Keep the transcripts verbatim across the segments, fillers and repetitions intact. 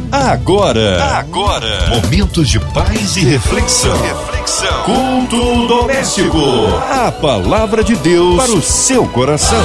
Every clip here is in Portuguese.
Agora, agora, momentos de paz e reflexão. reflexão. Culto doméstico. A palavra de Deus para o seu coração.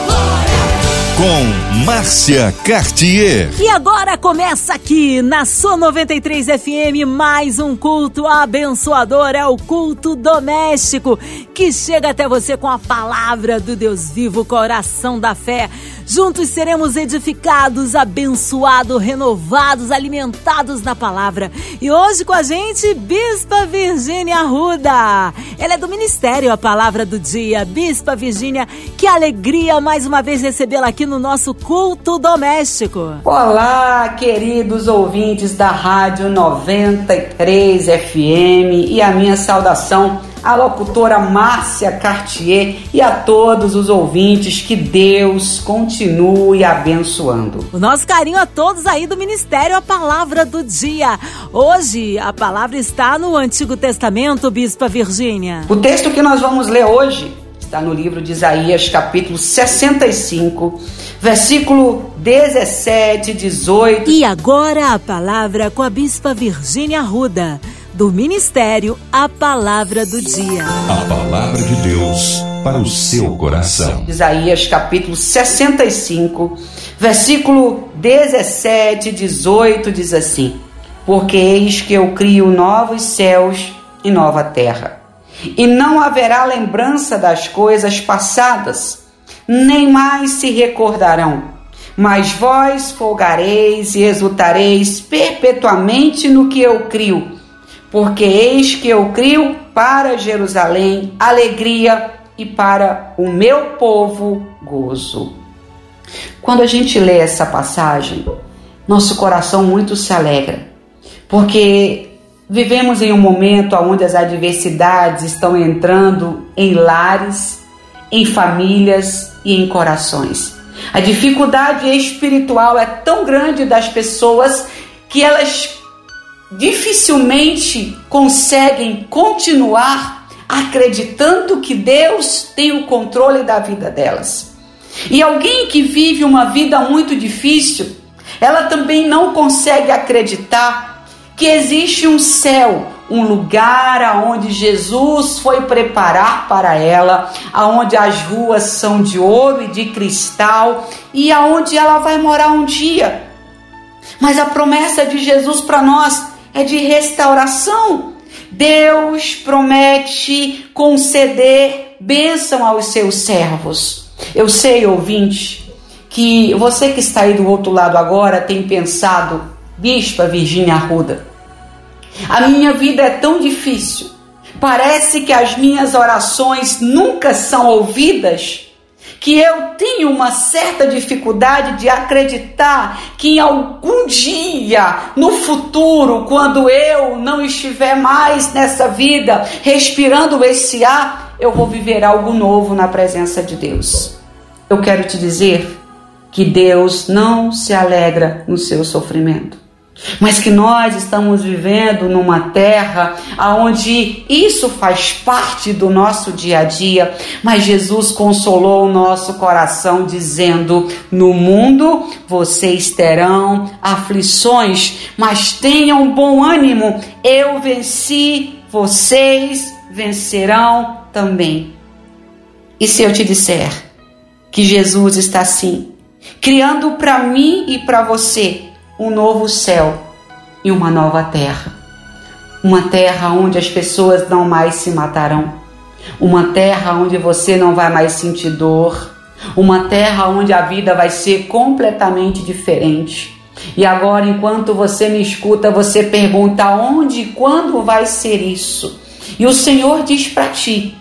Com Márcia Cartier. E agora começa aqui na sua noventa e três F M mais um culto abençoador, é o culto doméstico, que chega até você com a palavra do Deus vivo, coração da fé. Juntos seremos edificados, abençoados, renovados, alimentados na palavra. E hoje com a gente, Bispa Virgínia Arruda. Ela é do Ministério A Palavra do Dia. Bispa Virgínia, que alegria mais uma vez recebê-la aqui no nosso culto doméstico. Olá, queridos ouvintes da Rádio noventa e três F M, e a minha saudação à locutora Márcia Cartier e a todos os ouvintes, que Deus continue abençoando. O nosso carinho a todos aí do Ministério A Palavra do Dia. Hoje a palavra está no Antigo Testamento, Bispa Virgínia. O texto que nós vamos ler hoje está no livro de Isaías, capítulo sessenta e cinco, versículo dezessete, dezoito. E agora a palavra com a Bispa Virgínia Arruda, do Ministério A Palavra do Dia. A palavra de Deus para o seu coração. Isaías capítulo sessenta e cinco, versículo dezessete, dezoito, diz assim: Porque eis que eu crio novos céus e nova terra, e não haverá lembrança das coisas passadas, nem mais se recordarão. Mas vós folgareis e exultareis perpetuamente no que eu crio, porque eis que eu crio para Jerusalém alegria e para o meu povo gozo. Quando a gente lê essa passagem, nosso coração muito se alegra, porque vivemos em um momento onde as adversidades estão entrando em lares, em famílias e em corações. A dificuldade espiritual é tão grande das pessoas que elas dificilmente conseguem continuar acreditando que Deus tem o controle da vida delas. E alguém que vive uma vida muito difícil, ela também não consegue acreditar que existe um céu, um lugar aonde Jesus foi preparar para ela, aonde as ruas são de ouro e de cristal e aonde ela vai morar um dia. Mas a promessa de Jesus para nós é de restauração. Deus promete conceder bênção aos seus servos. Eu sei, ouvinte, que você que está aí do outro lado agora tem pensado: Bispa Virgínia Arruda, a minha vida é tão difícil, parece que as minhas orações nunca são ouvidas, que eu tenho uma certa dificuldade de acreditar que em algum dia, no futuro, quando eu não estiver mais nessa vida, respirando esse ar, eu vou viver algo novo na presença de Deus. Eu quero te dizer que Deus não se alegra no seu sofrimento, mas que nós estamos vivendo numa terra onde isso faz parte do nosso dia a dia. Mas Jesus consolou o nosso coração dizendo: no mundo vocês terão aflições, mas tenham bom ânimo, eu venci, vocês vencerão também. E se eu te disser que Jesus está assim, criando para mim e para você um novo céu e uma nova terra. Uma terra onde as pessoas não mais se matarão. Uma terra onde você não vai mais sentir dor. Uma terra onde a vida vai ser completamente diferente. E agora, enquanto você me escuta, você pergunta: onde e quando vai ser isso? E o Senhor diz para ti: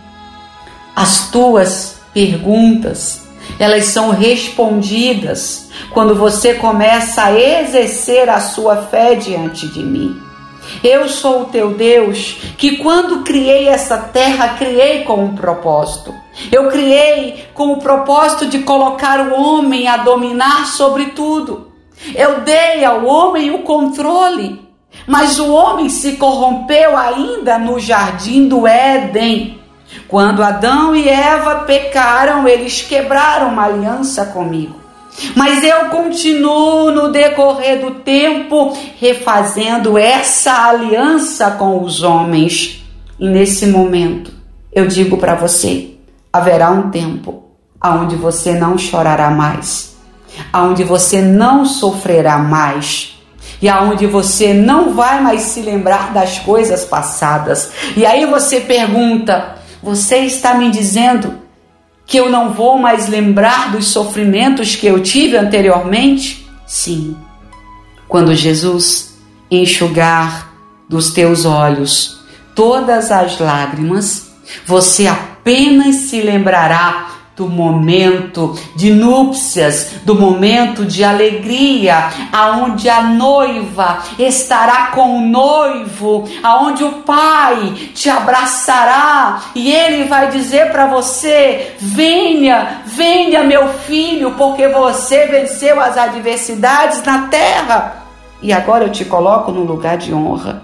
as tuas perguntas, elas são respondidas quando você começa a exercer a sua fé diante de mim. Eu sou o teu Deus, que quando criei essa terra, criei com um propósito. Eu criei com o propósito de colocar o homem a dominar sobre tudo. Eu dei ao homem o controle, mas o homem se corrompeu ainda no jardim do Éden. Quando Adão e Eva pecaram, eles quebraram uma aliança comigo. Mas eu continuo no decorrer do tempo refazendo essa aliança com os homens. E nesse momento, eu digo para você, haverá um tempo onde você não chorará mais, onde você não sofrerá mais, e aonde você não vai mais se lembrar das coisas passadas. E aí você pergunta, você está me dizendo que eu não vou mais lembrar dos sofrimentos que eu tive anteriormente? Sim. Quando Jesus enxugar dos teus olhos todas as lágrimas, você apenas se lembrará do momento de núpcias, do momento de alegria, aonde a noiva estará com o noivo, aonde o pai te abraçará e ele vai dizer para você, venha, venha meu filho, porque você venceu as adversidades na terra e agora eu te coloco no lugar de honra.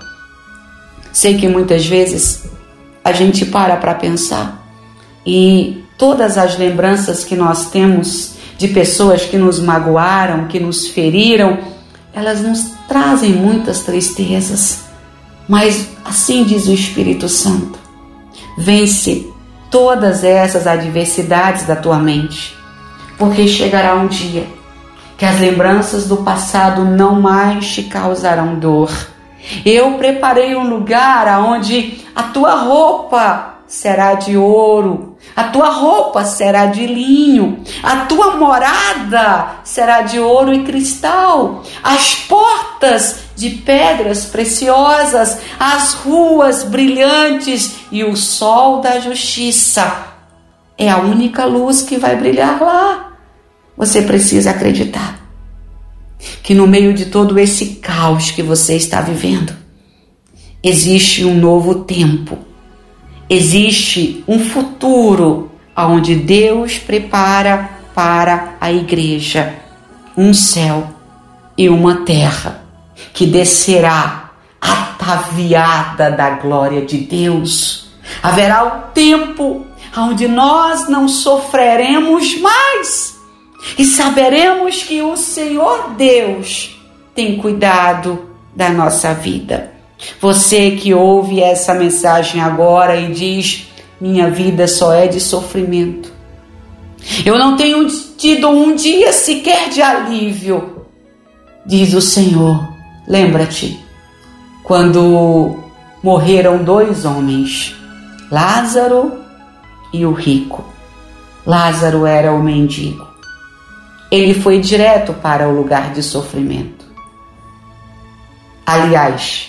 Sei que muitas vezes a gente para para pensar e todas as lembranças que nós temos de pessoas que nos magoaram, que nos feriram, elas nos trazem muitas tristezas. Mas assim diz o Espírito Santo, vence todas essas adversidades da tua mente, porque chegará um dia que as lembranças do passado não mais te causarão dor. Eu preparei um lugar onde a tua roupa será de ouro, a tua roupa será de linho, a tua morada será de ouro e cristal, as portas de pedras preciosas, as ruas brilhantes e o sol da justiça. É a única luz que vai brilhar lá. Você precisa acreditar que no meio de todo esse caos que você está vivendo, existe um novo tempo. Existe um futuro onde Deus prepara para a igreja um céu e uma terra que descerá ataviada da glória de Deus. Haverá um tempo onde nós não sofreremos mais e saberemos que o Senhor Deus tem cuidado da nossa vida. Você que ouve essa mensagem agora e diz, minha vida só é de sofrimento. Eu não tenho tido um dia sequer de alívio. Diz o Senhor, lembra-te, quando morreram dois homens, Lázaro e o rico. Lázaro era o mendigo. Ele foi direto para o lugar de sofrimento. Aliás,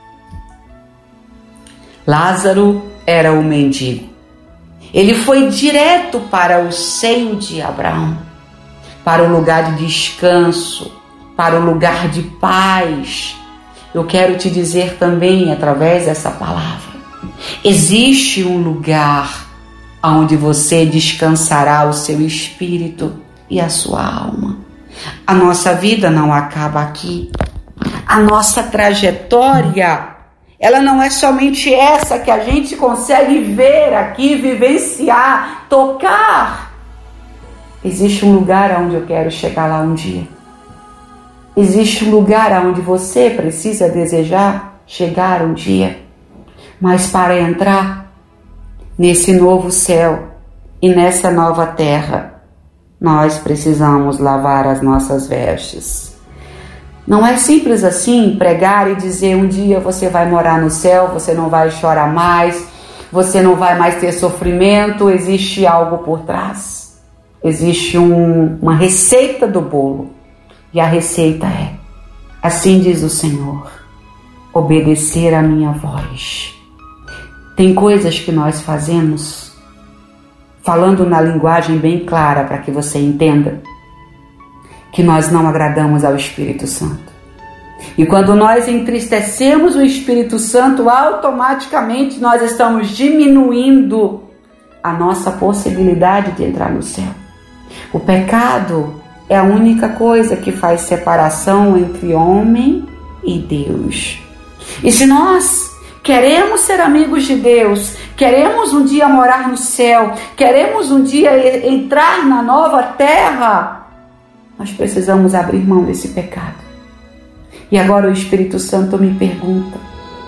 Lázaro era o mendigo. Ele foi direto para o seio de Abraão, para o lugar de descanso, para o lugar de paz. Eu quero te dizer também, através dessa palavra, existe um lugar onde você descansará o seu espírito e a sua alma. A nossa vida não acaba aqui. A nossa trajetória, ela não é somente essa que a gente consegue ver aqui, vivenciar, tocar. Existe um lugar onde eu quero chegar lá um dia. Existe um lugar onde você precisa desejar chegar um dia. Mas para entrar nesse novo céu e nessa nova terra, nós precisamos lavar as nossas vestes. Não é simples assim pregar e dizer um dia você vai morar no céu, você não vai chorar mais, você não vai mais ter sofrimento. Existe algo por trás. Existe um, uma receita do bolo. E a receita é, assim diz o Senhor, obedecer à minha voz. Tem coisas que nós fazemos, falando na linguagem bem clara para que você entenda, que nós não agradamos ao Espírito Santo. E quando nós entristecemos o Espírito Santo, automaticamente nós estamos diminuindo a nossa possibilidade de entrar no céu. O pecado é a única coisa que faz separação entre homem e Deus. E se nós queremos ser amigos de Deus, queremos um dia morar no céu, queremos um dia entrar na nova terra, nós precisamos abrir mão desse pecado. E agora o Espírito Santo me pergunta: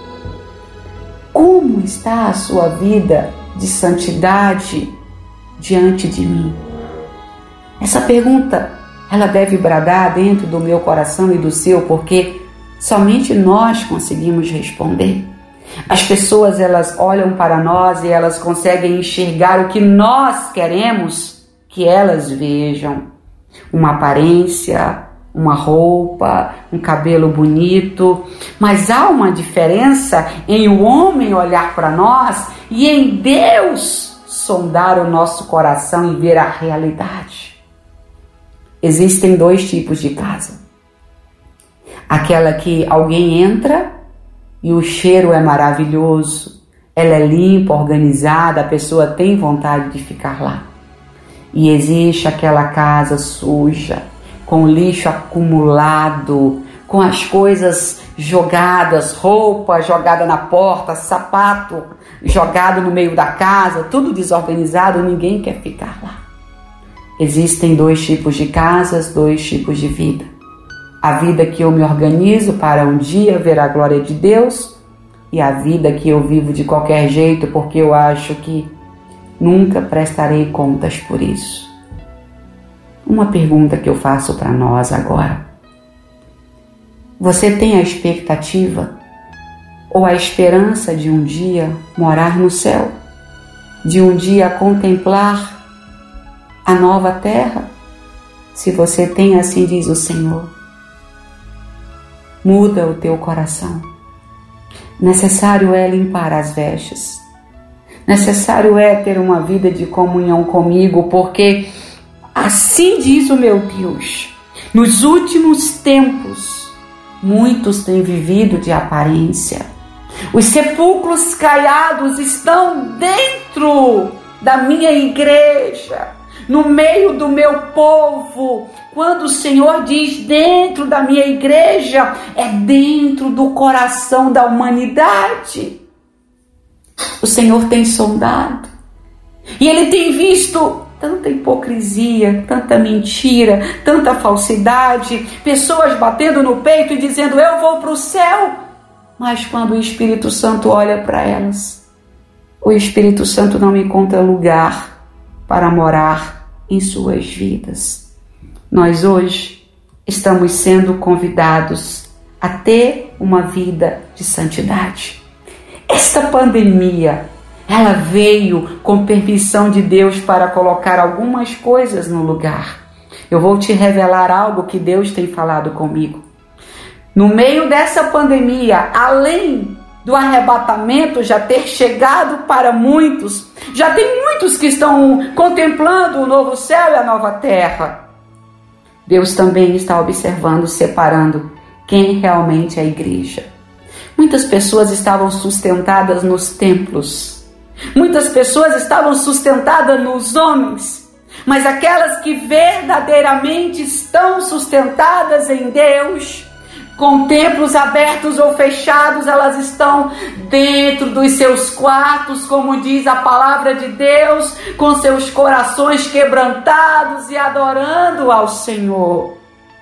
como está a sua vida de santidade diante de mim? Essa pergunta, ela deve bradar dentro do meu coração e do seu, porque somente nós conseguimos responder. As pessoas, elas olham para nós e elas conseguem enxergar o que nós queremos que elas vejam. Uma aparência, uma roupa, um cabelo bonito, mas há uma diferença em o homem olhar para nós e em Deus sondar o nosso coração e ver a realidade. Existem dois tipos de casa. Aquela que alguém entra e o cheiro é maravilhoso, ela é limpa, organizada, a pessoa tem vontade de ficar lá. E existe aquela casa suja, com lixo acumulado, com as coisas jogadas, roupa jogada na porta, sapato jogado no meio da casa, tudo desorganizado, ninguém quer ficar lá. Existem dois tipos de casas, dois tipos de vida. A vida que eu me organizo para um dia ver a glória de Deus e a vida que eu vivo de qualquer jeito porque eu acho que nunca prestarei contas por isso. Uma pergunta que eu faço para nós agora: você tem a expectativa ou a esperança de um dia morar no céu? De um dia contemplar a nova terra? Se você tem, assim diz o Senhor, muda o teu coração. Necessário é limpar as vestes. Necessário é ter uma vida de comunhão comigo, porque assim diz o meu Deus: nos últimos tempos, muitos têm vivido de aparência. Os sepulcros caiados estão dentro da minha igreja, no meio do meu povo. Quando o Senhor diz dentro da minha igreja, é dentro do coração da humanidade. O Senhor tem sondado e Ele tem visto tanta hipocrisia, tanta mentira, tanta falsidade, pessoas batendo no peito e dizendo: eu vou para o céu. Mas quando o Espírito Santo olha para elas, o Espírito Santo não encontra lugar para morar em suas vidas. Nós hoje estamos sendo convidados a ter uma vida de santidade. Esta pandemia, ela veio com permissão de Deus para colocar algumas coisas no lugar. Eu vou te revelar algo que Deus tem falado comigo. No meio dessa pandemia, além do arrebatamento já ter chegado para muitos, já tem muitos que estão contemplando o novo céu e a nova terra. Deus também está observando, separando quem realmente é a igreja. Muitas pessoas estavam sustentadas nos templos. Muitas pessoas estavam sustentadas nos homens. Mas aquelas que verdadeiramente estão sustentadas em Deus, com templos abertos ou fechados, elas estão dentro dos seus quartos, como diz a palavra de Deus, com seus corações quebrantados e adorando ao Senhor.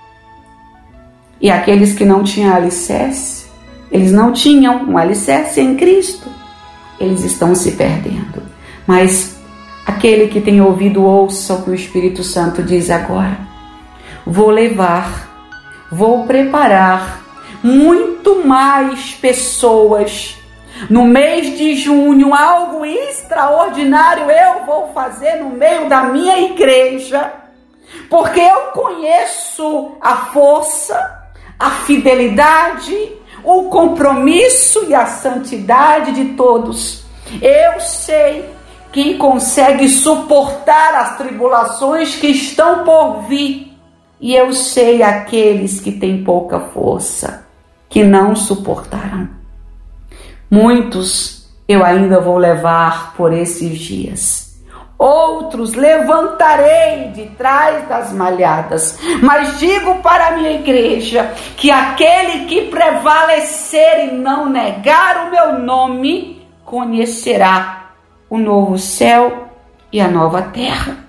E aqueles que não tinham alicerce, eles não tinham um alicerce em Cristo, eles estão se perdendo. Mas aquele que tem ouvido, ouça o que o Espírito Santo diz agora. Vou levar Vou preparar muito mais pessoas. No mês de junho, algo extraordinário eu vou fazer no meio da minha igreja, porque eu conheço a força, a fidelidade, o compromisso e a santidade de todos. Eu sei quem consegue suportar as tribulações que estão por vir. E eu sei aqueles que têm pouca força, que não suportarão. Muitos eu ainda vou levar por esses dias. Outros levantarei de trás das malhadas. Mas digo para a minha igreja que aquele que prevalecer e não negar o meu nome, conhecerá o novo céu e a nova terra.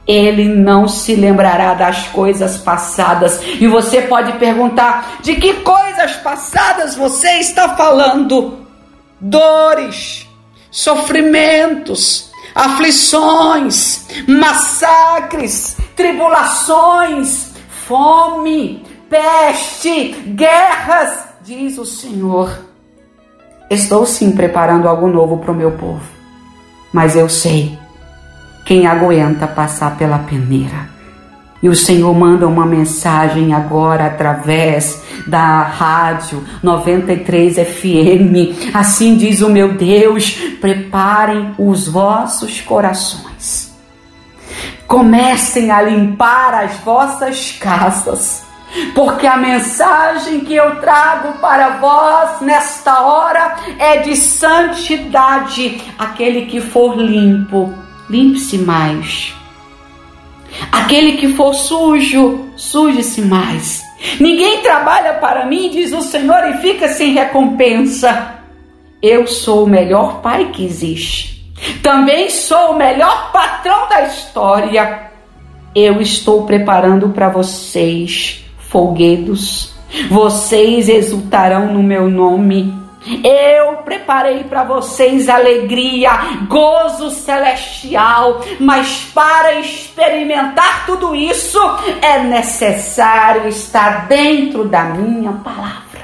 Ele não se lembrará das coisas passadas. E você pode perguntar: de que coisas passadas você está falando? Dores, sofrimentos, aflições, massacres, tribulações, fome, peste, guerras, diz o Senhor. Estou sim preparando algo novo para o meu povo, mas eu sei quem aguenta passar pela peneira. E o Senhor manda uma mensagem agora através da rádio noventa e três F M. Assim diz o meu Deus: preparem os vossos corações. Comecem a limpar as vossas casas, porque a mensagem que eu trago para vós nesta hora é de santidade. Aquele que for limpo, limpe-se mais. Aquele que for sujo, suje-se mais. Ninguém trabalha para mim, diz o Senhor, e fica sem recompensa. Eu sou o melhor pai que existe. Também sou o melhor patrão da história. Eu estou preparando para vocês folguedos. Vocês exultarão no meu nome. Eu preparei para vocês alegria, gozo celestial, mas para experimentar tudo isso é necessário estar dentro da minha palavra.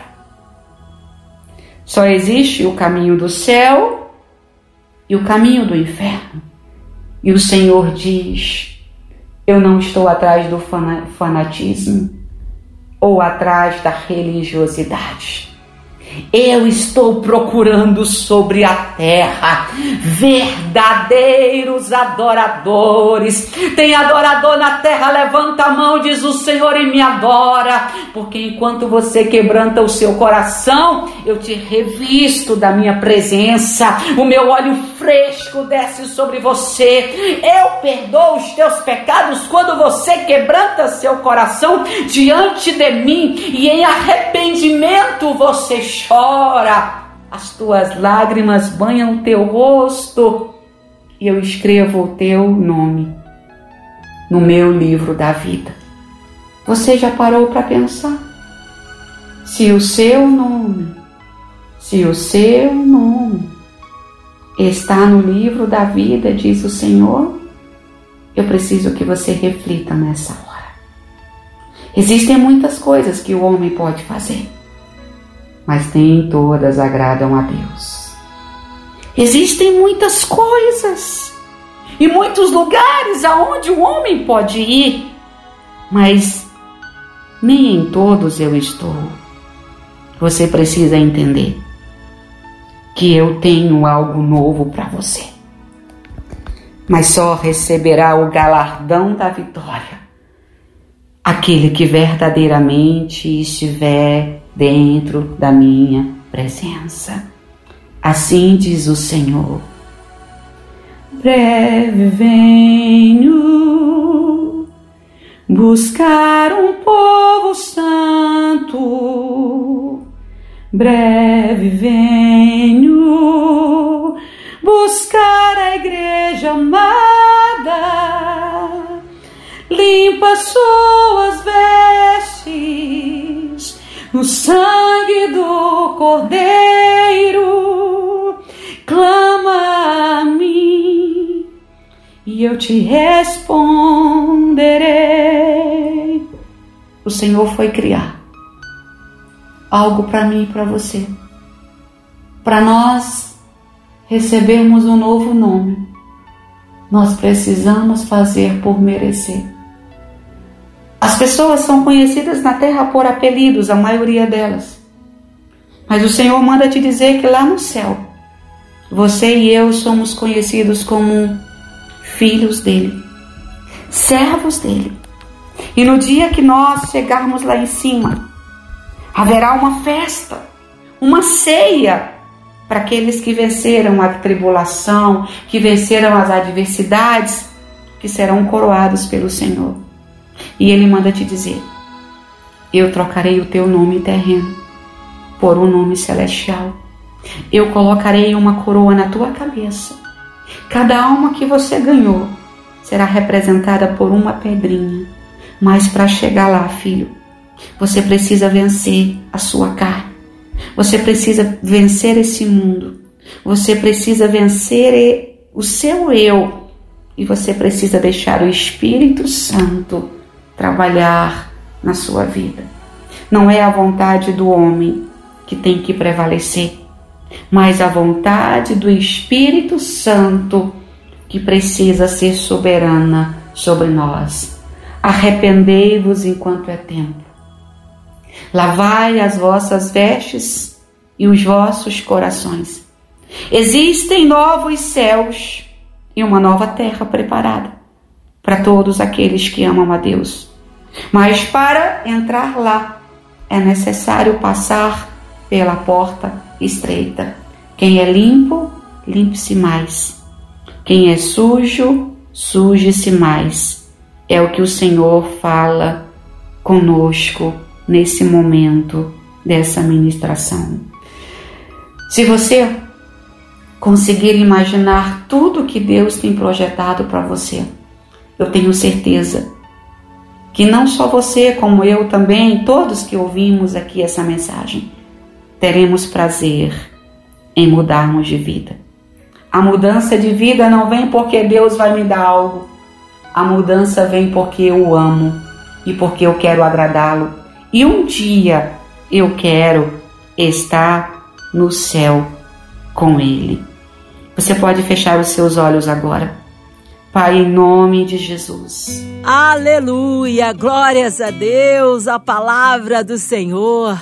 Só existe o caminho do céu e o caminho do inferno. E o Senhor diz: eu não estou atrás do fanatismo ou atrás da religiosidade. Eu estou procurando sobre a terra verdadeiros adoradores. Tem adorador na terra? Levanta a mão, diz o Senhor, e me adora. Porque enquanto você quebranta o seu coração, eu te revisto da minha presença. O meu óleo fresco desce sobre você. Eu perdoo os teus pecados quando você quebranta seu coração diante de mim, e em arrependimento você chora, as tuas lágrimas banham o teu rosto, e eu escrevo o teu nome no meu livro da vida. Você já parou para pensar? Se o seu nome, se o seu nome está no livro da vida, diz o Senhor, eu preciso que você reflita nessa hora. Existem muitas coisas que o homem pode fazer, mas nem todas agradam a Deus. Existem muitas coisas e muitos lugares aonde o homem pode ir, mas nem em todos eu estou. Você precisa entender que eu tenho algo novo para você, mas só receberá o galardão da vitória aquele que verdadeiramente estiver dentro da minha presença. Assim diz o Senhor: breve venho buscar um povo santo, breve venho buscar a igreja amada. Limpa suas vestes no sangue do Cordeiro, clama a mim e eu te responderei. O Senhor foi criar algo para mim e para você, para nós recebermos um novo nome. Nós precisamos fazer por merecer. As pessoas são conhecidas na terra por apelidos, a maioria delas. Mas o Senhor manda te dizer que lá no céu, você e eu somos conhecidos como filhos dele, servos dele. E no dia que nós chegarmos lá em cima, haverá uma festa, uma ceia para aqueles que venceram a tribulação, que venceram as adversidades, que serão coroados pelo Senhor. E Ele manda te dizer: eu trocarei o teu nome terreno por um nome celestial. Eu colocarei uma coroa na tua cabeça. Cada alma que você ganhou será representada por uma pedrinha. Mas para chegar lá, filho, você precisa vencer a sua carne. Você precisa vencer esse mundo. Você precisa vencer o seu eu. E você precisa deixar o Espírito Santo trabalhar na sua vida. Não é a vontade do homem que tem que prevalecer, mas a vontade do Espírito Santo que precisa ser soberana sobre nós. Arrependei-vos enquanto é tempo. Lavai as vossas vestes e os vossos corações. Existem novos céus e uma nova terra preparada para todos aqueles que amam a Deus. Mas para entrar lá é necessário passar pela porta estreita. Quem é limpo, limpe-se mais. Quem é sujo, suje-se mais. É o que o Senhor fala conosco nesse momento dessa ministração. Se você conseguir imaginar tudo que Deus tem projetado para você, eu tenho certeza que não só você, como eu também, todos que ouvimos aqui essa mensagem, teremos prazer em mudarmos de vida. A mudança de vida não vem porque Deus vai me dar algo. A mudança vem porque eu o amo e porque eu quero agradá-lo. E um dia eu quero estar no céu com Ele. Você pode fechar os seus olhos agora. Pai, em nome de Jesus. Aleluia, glórias a Deus, a palavra do Senhor.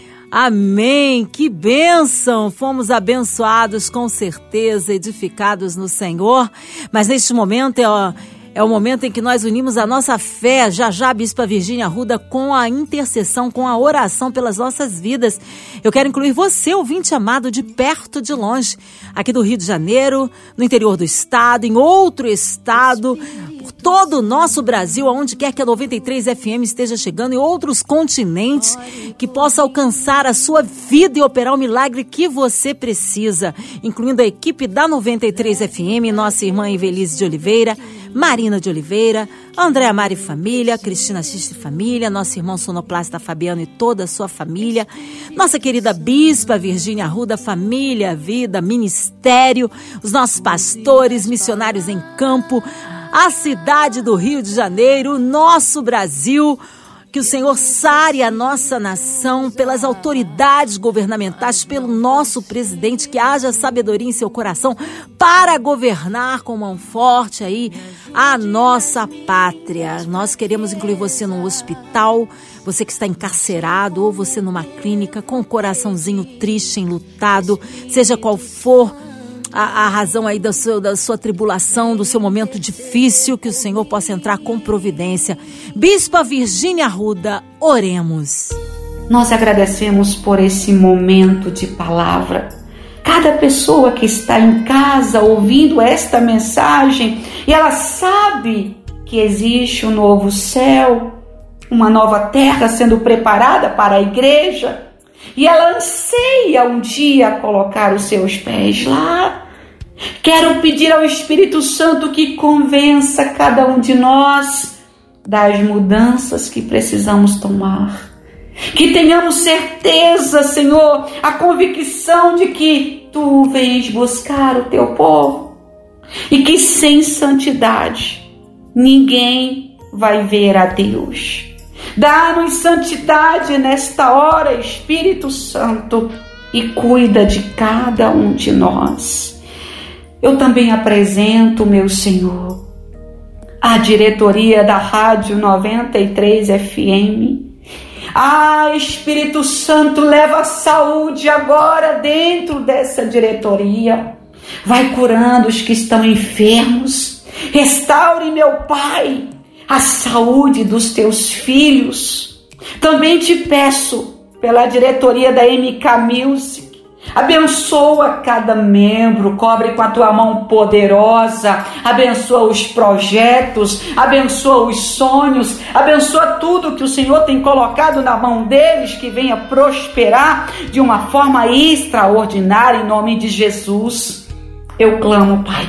Amém, que bênção, fomos abençoados com certeza, edificados no Senhor. Mas neste momento é ó, É o momento em que nós unimos a nossa fé, já já, Bispa Virgínia Arruda, com a intercessão, com a oração pelas nossas vidas. Eu quero incluir você, ouvinte amado, de perto, de longe, aqui do Rio de Janeiro, no interior do estado, em outro estado, por todo o nosso Brasil, aonde quer que a noventa e três F M esteja chegando, em outros continentes, que possa alcançar a sua vida e operar o milagre que você precisa, incluindo a equipe da noventa e três F M, nossa irmã Evelise de Oliveira, Marina de Oliveira, Andréa Mari Família, Cristina Xiste Família, nosso irmão sonoplasta Fabiano e toda a sua família, nossa querida Bispa Virgínia Arruda, família, vida, ministério, os nossos pastores, missionários em campo, a cidade do Rio de Janeiro, o nosso Brasil. Que o Senhor sare a nossa nação pelas autoridades governamentais, pelo nosso presidente, que haja sabedoria em seu coração para governar com mão forte aí a nossa pátria. Nós queremos incluir você num hospital, você que está encarcerado, ou você numa clínica com o coraçãozinho triste, enlutado, seja qual for A, a razão aí da sua, da sua tribulação, do seu momento difícil, que o Senhor possa entrar com providência. Bispa Virgínia Arruda, oremos. Nós agradecemos por esse momento de palavra. Cada pessoa que está em casa ouvindo esta mensagem, e ela sabe que existe um novo céu, uma nova terra sendo preparada para a igreja, e ela anseia um dia colocar os seus pés lá. Quero pedir ao Espírito Santo que convença cada um de nós das mudanças que precisamos tomar. Que tenhamos certeza, Senhor, a convicção de que Tu vens buscar o Teu povo. E que sem santidade ninguém vai ver a Deus. Dá-nos santidade nesta hora, Espírito Santo, e cuida de cada um de nós. Eu também apresento, meu Senhor, a diretoria da Rádio noventa e três F M. Ah, Espírito Santo, leva a saúde agora dentro dessa diretoria. Vai curando os que estão enfermos. Restaure, meu Pai, a saúde dos teus filhos. Também te peço pela diretoria da M K Music. Abençoa cada membro, cobre com a tua mão poderosa, abençoa os projetos, abençoa os sonhos, abençoa tudo que o Senhor tem colocado na mão deles, que venha prosperar de uma forma extraordinária em nome de Jesus. Eu clamo, Pai,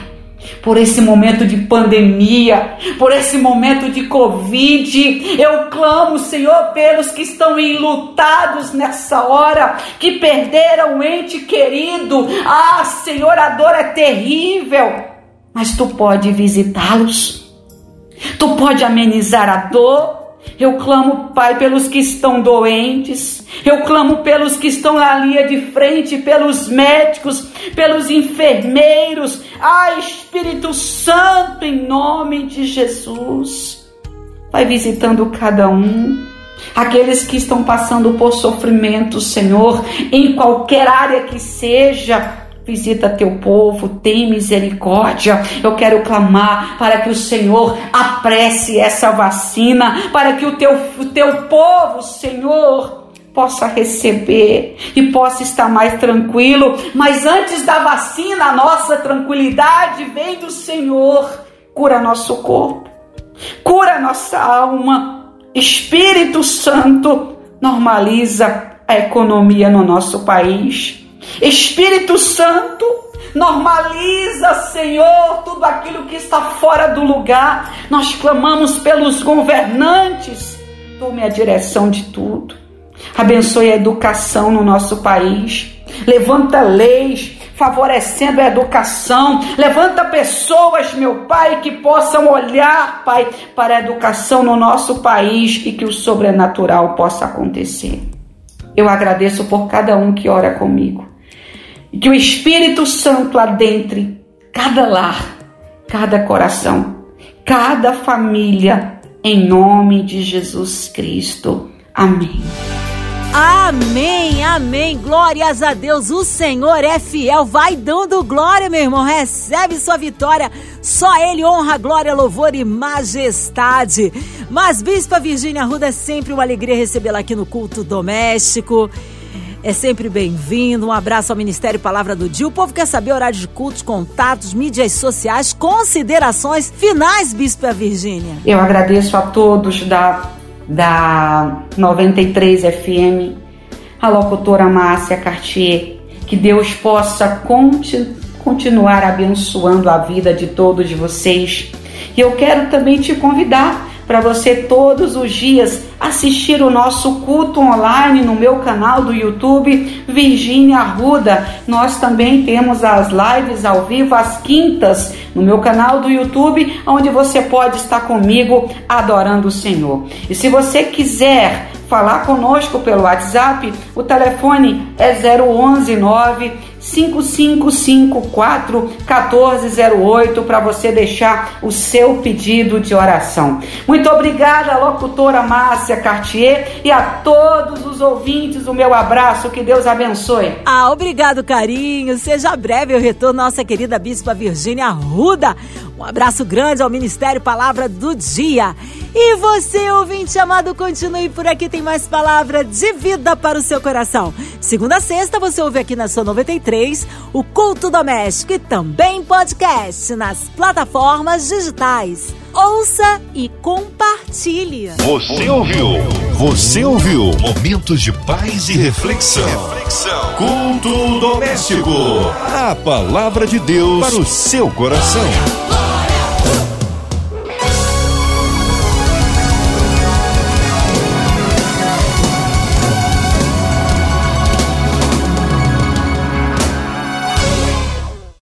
Por esse momento de pandemia, por esse momento de Covid, eu clamo, Senhor, pelos que estão enlutados nessa hora, que perderam um ente querido. Ah, Senhor, a dor é terrível, mas Tu pode visitá-los, Tu pode amenizar a dor. Eu clamo, Pai, pelos que estão doentes. Eu clamo pelos que estão na linha de frente, pelos médicos, pelos enfermeiros. Ah, Espírito Santo, em nome de Jesus, vai visitando cada um. Aqueles que estão passando por sofrimento, Senhor, em qualquer área que seja, visita teu povo, tem misericórdia. Eu quero clamar para que o Senhor apresse essa vacina, para que o teu, o teu povo, Senhor, possa receber e possa estar mais tranquilo. Mas antes da vacina, a nossa tranquilidade vem do Senhor. Cura nosso corpo, cura nossa alma. Espírito Santo, normaliza a economia no nosso país. Espírito Santo, normaliza, Senhor, tudo aquilo que está fora do lugar. Nós clamamos pelos governantes. Tome a direção de tudo. Abençoe a educação no nosso país. Levanta leis favorecendo a educação. Levanta pessoas, meu Pai, que possam olhar, Pai, para a educação no nosso país e que o sobrenatural possa acontecer. Eu agradeço por cada um que ora comigo. E que o Espírito Santo adentre cada lar, cada coração, cada família, em nome de Jesus Cristo. Amém. Amém, amém, glórias a Deus, o Senhor é fiel, vai dando glória, meu irmão, recebe sua vitória, só Ele honra, glória, louvor e majestade. Mas Bispa Virgínia Arruda, é sempre uma alegria recebê-la aqui no Culto Doméstico, é sempre bem-vindo. Um abraço ao Ministério Palavra do Dia. O povo quer saber horário de cultos, contatos, mídias sociais, considerações finais, Bispa Virgínia. Eu agradeço a todos da, da noventa e três F M, a locutora Márcia Cartier, que Deus possa continu, continuar abençoando a vida de todos vocês. E eu quero também te convidar para você todos os dias assistir o nosso culto online no meu canal do YouTube, Virgínia Arruda. Nós também temos as lives ao vivo às quintas no meu canal do YouTube, onde você pode estar comigo adorando o Senhor. E se você quiser falar conosco pelo WhatsApp, o telefone é zero onze nove cinco cinco cinco quatro um quatro zero oito para você deixar o seu pedido de oração. Muito obrigada, locutora Márcia Cartier, e a todos os ouvintes, o meu abraço, que Deus abençoe. Ah, obrigado, carinho. Seja breve o retorno, nossa querida Bispa Virgínia Arruda. Um abraço grande ao Ministério Palavra do Dia. E você, ouvinte amado, continue por aqui, tem mais palavra de vida para o seu coração. Segunda a sexta, você ouve aqui na sua noventa e três, o Culto Doméstico, e também podcast nas plataformas digitais. Ouça e compartilhe. Você ouviu? Você ouviu? Momentos de paz e reflexão. Reflexão. Culto Doméstico. A palavra de Deus para o seu coração.